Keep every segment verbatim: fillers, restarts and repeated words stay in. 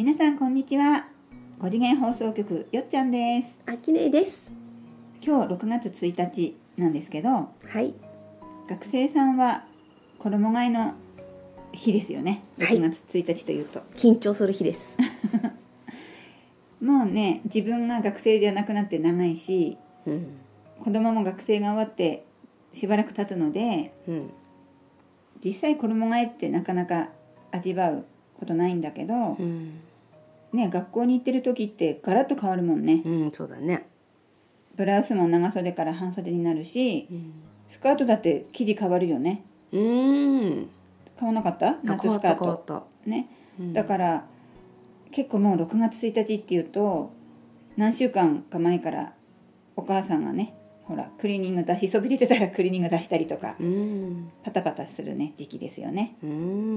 皆さんこんにちは。ご次元放送局よっちゃんです。 あきねです。 今日ろくがつついたちなんですけど、 はい。 学生さんは衣替えの日ですよね。 はいろくがつついたちというと、 緊張する日です。 もうね、自分が学生じゃなくなって長いし、 うん。 子供も学生が終わってしばらく経つので、 うん。 実際衣替えってなかなか味わうことないんだけど、 うん。 ね、学校に行ってる時ってガラッと変わるもんね。 うん、そうだね。 ブラウスも長袖から半袖になるし、 うん。 スカートだって生地変わるよね。 うーん。 買わなかった夏変わったスカート変わった。 ね、 うん、 だから結構もうろくがつついたちっていうと何週間か前からお母さんがね、ほらクリーニング出しそびれてたらクリーニング出したりとか、 うん。 パタパタするね時期ですよね。 うん。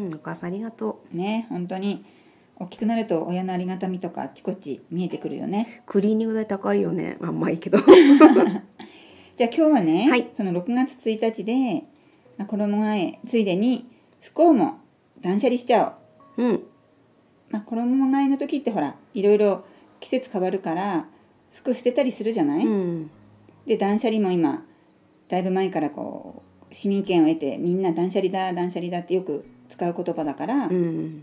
お母さんありがとね、本当に大きくなると親のありがたみとかあっちこっち見えてくるよね。 う。クリーニング代高いよね。あんまいいけど。 じゃあ今日はね、 はい、 そのろくがつついたちで衣替えついでに服をも断捨離しちゃおう。 うん。 まあ、衣替えの時ってほらいろいろ季節変わるから服捨てたりするじゃない、 うん。 で断捨離も今だいぶ前からこう市民権を得てみんな断捨離だ断捨離だってよく使う言葉だから、 うん。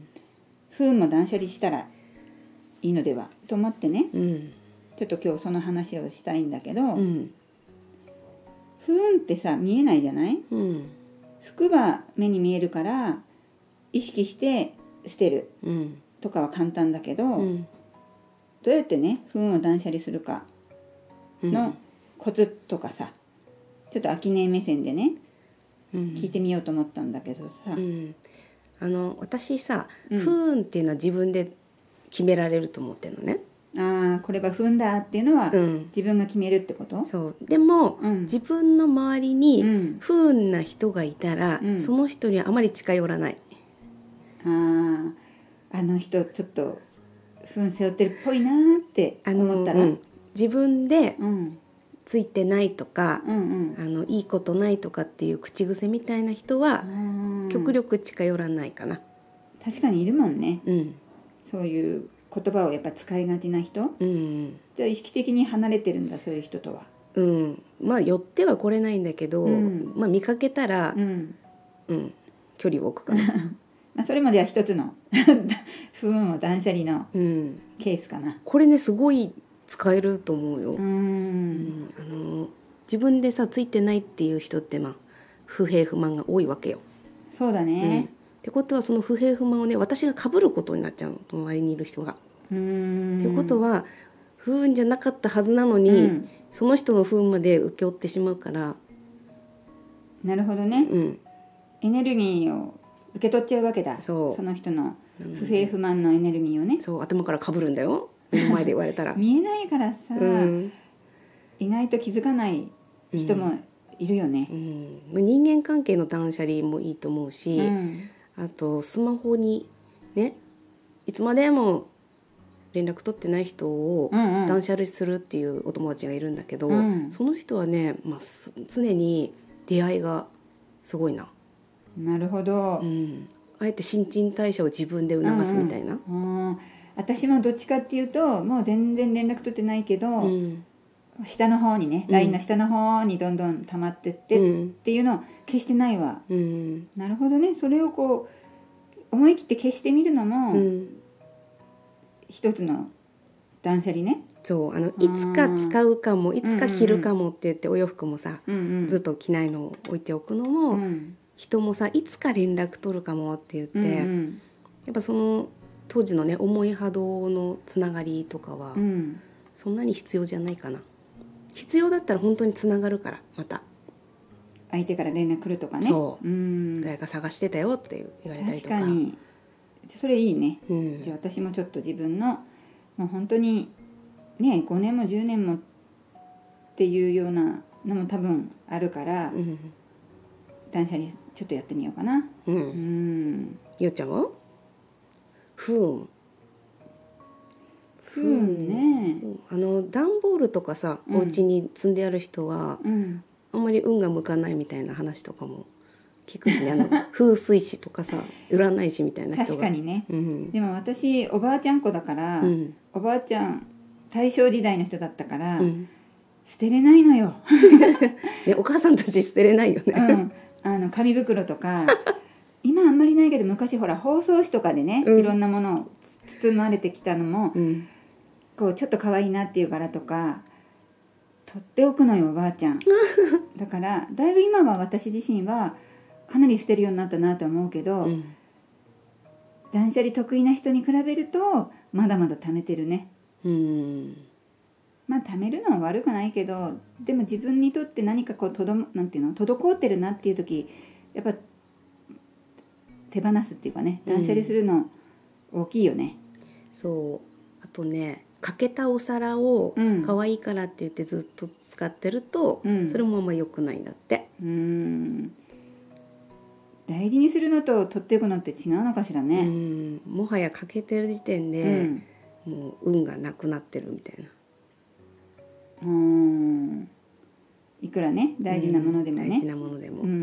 不運も断捨離したらいいのではと思ってね、 うん。 ちょっと今日その話をしたいんだけど、 うん。 不運ってさ見えないじゃない。 うん。 服は目に見えるから意識して捨てるうん。 とかは簡単だけど、 うん。 どうやってね不運を断捨離するかのコツとかさ、ちょっと秋音目線でね、 うん、 聞いてみようと思ったんだけどさ、 うん、あの私さ、 うん、 不運っていうのは自分で決められると思ってるのね。 ああこれは不運だっていうのは、うん、自分が決めるってこと？ そうでも、うん、自分の周りに不運な人がいたら、うん、その人にはあまり近寄らない。 あああの人ちょっと不運背負ってるっぽいなって思ったら、うん、 自分でついてないとか、 うんうん、 あのいいことないとかっていう口癖みたいな人は極力近寄らないかな。 確かにいるもんね、 うん、 そういう言葉をやっぱ使いがちな人、 うん、 じゃあ意識的に離れてるんだそういう人とは。 うん、まあ寄っては来れないんだけど、うん、まあ見かけたら、うんうん、距離を置くかな。 それまでは一つの不運を断捨離のケースかな、うん、 これねすごい使えると思うよ。 うん、うん、 あの自分でさついてないっていう人ってまあ不平不満が多いわけよ。 そうだね、うん、 ってことはその不平不満をね私が被ることになっちゃうの、周りにいる人が。 うーんっていうことは不運じゃなかったはずなのに、うん、その人の不運まで請け負ってしまうから。 なるほどね、うん、エネルギーを受け取っちゃうわけだ。 そうその人の不平不満のエネルギーをね、 そう頭から被るんだよ、目の前で言われたら見えないからさ、うん、意外と気づかない人もいるよね、 うんうん、人間関係の断捨離もいいと思うし、うん、あとスマホにねいつまでも連絡取ってない人を断捨離するっていうお友達がいるんだけど、うん、その人はね、まあ、常に出会いがすごいな。 なるほど、 うん、あえて新陳代謝を自分で促すみたいな、 うんうん、私もどっちかっていうともう全然連絡取ってないけど、うん、下の方にね、うん、ライン の下の方にどんどん溜まってって、うん、っていうのを消してないわ、うん、なるほどね。それをこう思い切って消してみるのも、うん、一つの断捨離ね。 そうあのいつか使うかもいつか着るかもって言って、お洋服もさ、うんうん、ずっと着ないのを置いておくのも、うん、人もさいつか連絡取るかもって言って、うんうん、やっぱその当時のね重い波動のつながりとかは、うん、そんなに必要じゃないかな。必要だったら本当につながるから、また相手から連絡来るとかね。 そう、うん、誰か探してたよって言われたりとか。 確かにそれいいね、うん、じゃあ私もちょっと自分のもう本当にねごねんもじゅうねんもっていうようなのも多分あるから、うん、断捨離ちょっとやってみようかな。 うん、うん、ゆうちゃんは不運不運ね、 あの段ボールとかさ、うん、お家に積んである人は、うん、あんまり運が向かないみたいな話とかも聞くしね、あの風水師とかさ占い師みたいな人が確かにね、 うん、 でも私おばあちゃん子だから、うん、おばあちゃん大正時代の人だったから、うん、捨てれないのよね、お母さんたち捨てれないよね、 うん、あの紙袋とか今あんまりないけど昔ほら包装紙とかでね、うん、いろんなものを包まれてきたのも、うん、こうちょっと可愛いなっていう柄とか取っておくのよおばあちゃんだからだいぶ今は私自身はかなり捨てるようになったなと思うけど、うん、断捨離得意な人に比べるとまだまだ貯めてるね。うん、まあ貯めるのは悪くないけど、でも自分にとって何かこうとどなんていうの滞ってるなっていう時やっぱ手放すっていうかね、断捨離するの大きいよね。 うん、そうあとね、欠けたお皿を可愛いからって言ってずっと使ってると、うん、それもあんま良くないんだって。うーん、 大事にするのと取っていくのって違うのかしらね。 うん、もはや欠けてる時点で、うん、もう運がなくなってるみたいな。 うーん、いくらね大事なものでもね、 うん、大事なものでも、うんうん、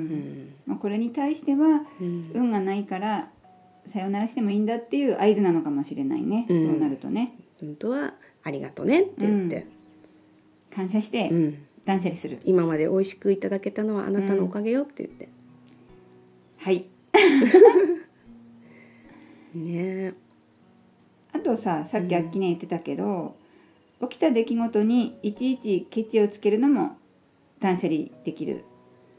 まあ、これに対しては、うん、運がないからさよならしてもいいんだっていう合図なのかもしれないね、うん、そうなるとね。 本当はありがとねって言って、 うん、感謝して断捨離する、 今まで美味しくいただけたのはあなたのおかげよって言って、 はいね。 あとさ、さっきあっきね言ってたけど、うん、起きた出来事にいちいちケチをつけるのも断捨離できる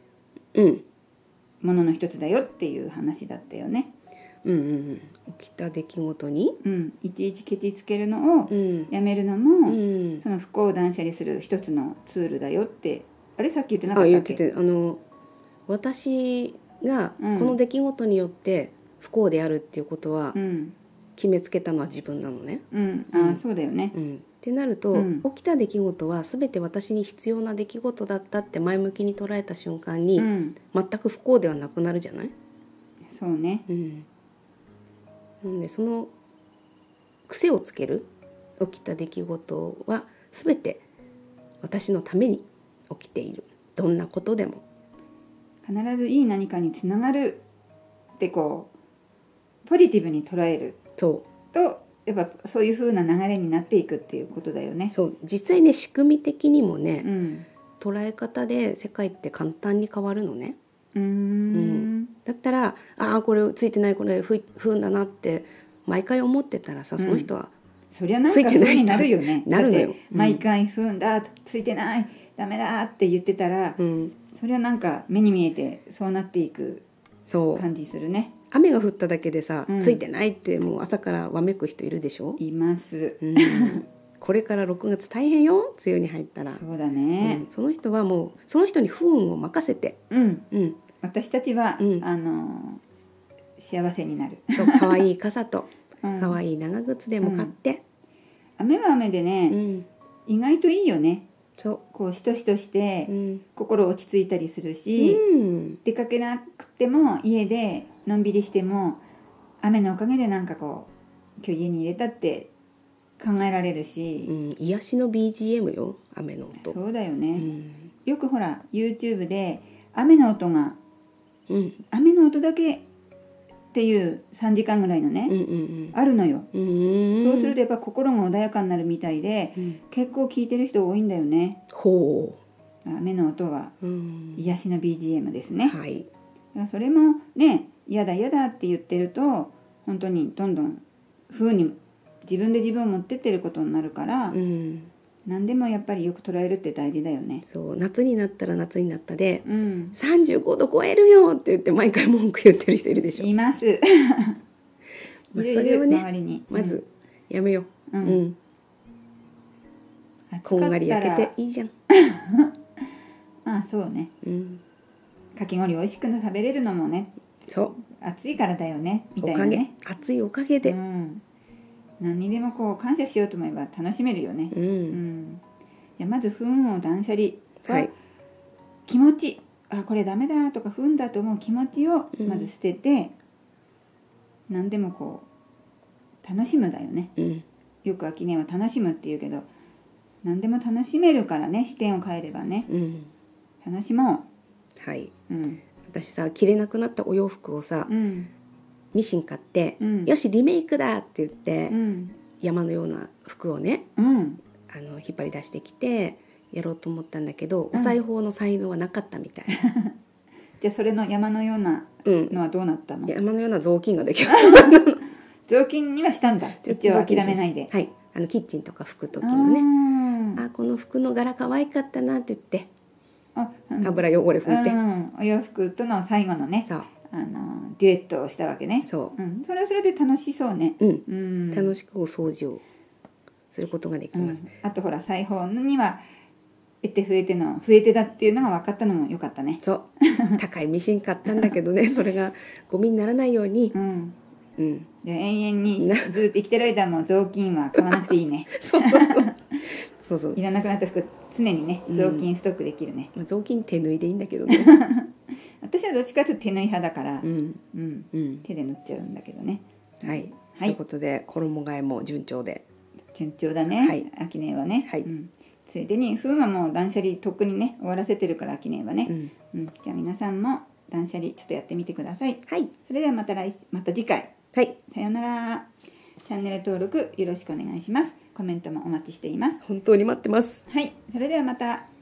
ものの一つだよっていう話だったよね。 うんうんうん、起きた出来事に、 うん、いちいちケチつけるのをやめるのも、うん、その不幸を断捨離する一つのツールだよって。あれさっき言ってなかったっけ？ あ、言ってて、あの私がこの出来事によって不幸であるっていうことは決めつけたのは自分なのね。 うん、うん、あ、そうだよね。 うん、ってなると、うん、起きた出来事は全て私に必要な出来事だったって前向きに捉えた瞬間に、うん、全く不幸ではなくなるじゃない？ そうね。うん。 なんでその癖をつける、起きた出来事は全て私のために起きている、どんなことでも必ずいい何かにつながるってこうポジティブに捉えるそうとやっぱそういう風な流れになっていくっていうことだよね。 そう、実際ね、仕組み的にもね、うん、捉え方で世界って簡単に変わるのね。うーん、うん、だったらああこれついてない、これ不運だなって毎回思ってたらさ、その人は、 うん、そりゃなんか不運になるよね。 なるのよ。 毎回不運だ、ついてない、ダメだって言ってたら、うん、そりゃなんか目に見えてそうなっていく感じするね。 雨が降っただけでさ、うん、ついてないってもう朝からわめく人いるでしょ。 います、うん、 これからろくがつ大変よ、梅雨に入ったら。 そうだね、 うん、その人はもうその人に不運を任せて、 うんうん、私たちは、うん、あの幸せになる。 そう、可愛い傘と可愛い長靴でも買って、 うん、雨は雨でね、うん、意外といいよね。 そう、 こうしとしとして心落ち着いたりするし、うん、出かけなくても家でのんびりしても雨のおかげでなんかこう今日家に入れたって考えられるし、 うん、癒しの ビージーエム よ、雨の音。 そうだよね、うん、よくほら YouTube で雨の音が、うん、雨の音だけっていうさんじかんぐらいのね、うんうんうん、あるのよ。うんそうするとやっぱ心が穏やかになるみたいで、うん、結構聞いてる人多いんだよね。 ほう、雨の音は癒しの ビージーエム ですね。 はい、だからそれもね、嫌だ嫌だって言ってると本当にどんどん不運に自分で自分を持ってってることになるから、うん、何でもやっぱりよく捉えるって大事だよね。 そう、夏になったら夏になったで、うん、さんじゅうごど超えるよって言って毎回文句言ってる人いるでしょ。 いますいるいる、それをね、周りにまずやめよう、うんうん、こんがり焼けていいじゃんああそうね、うん、かき氷おいしく食べれるのもね、 そう暑いからだよねみたいなね、 おかげ、暑いおかげで、うん、 何にでもこう感謝しようと思えば楽しめるよね、うんうん、じゃあまず不運を断捨離は、はい、気持ち、あこれダメだとか不運だと思う気持ちをまず捨てて、うん、何でもこう楽しむだよね、うん、よく秋音は楽しむって言うけど何でも楽しめるからね、視点を変えればね、うん、楽しもう。 はい、 うん、 私さ着れなくなったお洋服をさ、 うん、 ミシン買って、 うん、 よしリメイクだって言って、 うん、 山のような服をね、 うん、 あの引っ張り出してきてやろうと思ったんだけど、お裁縫の才能はなかったみたいじゃあそれの山のようなのはどうなったの？ うん、山のような雑巾ができる雑巾にはしたんだ、一応諦めないで。 はい、あのキッチンとか拭く時のね、あこの服の柄可愛かったなって言ってあ、うん、油汚れ拭いて、 うん、お洋服との最後のね、 そうあのデュエットをしたわけね。 そう、 うん、それはそれで楽しそうね、 うんうん、楽しくお掃除をすることができます、うん、 あとほら裁縫には得て増えての増えてだっていうのが分かったのもよかったね。 そう高いミシン買ったんだけどねそれがゴミにならないように、 うんうん、で永遠にずっと生きてる間も雑巾は買わなくていいねそうそうそういらなくなった服常にね雑巾ストックできるね、 うん、雑巾手縫いでいいんだけどね私はどっちかというと手縫い派だから、 うんうんうん、手で縫っちゃうんだけどね。 はい、はい、ということで衣替えも順調で順調だね、 はい、 秋音はね、 はいうん、ついでに風はもう断捨離とっくにね終わらせてるから秋音はね、うんうん、じゃあ皆さんも断捨離ちょっとやってみてください。 はい、 それではまた来また次回、 はい、 さようなら。チャンネル登録よろしくお願いします。コメントもお待ちしています。 本当に待ってます。 はい、それではまた。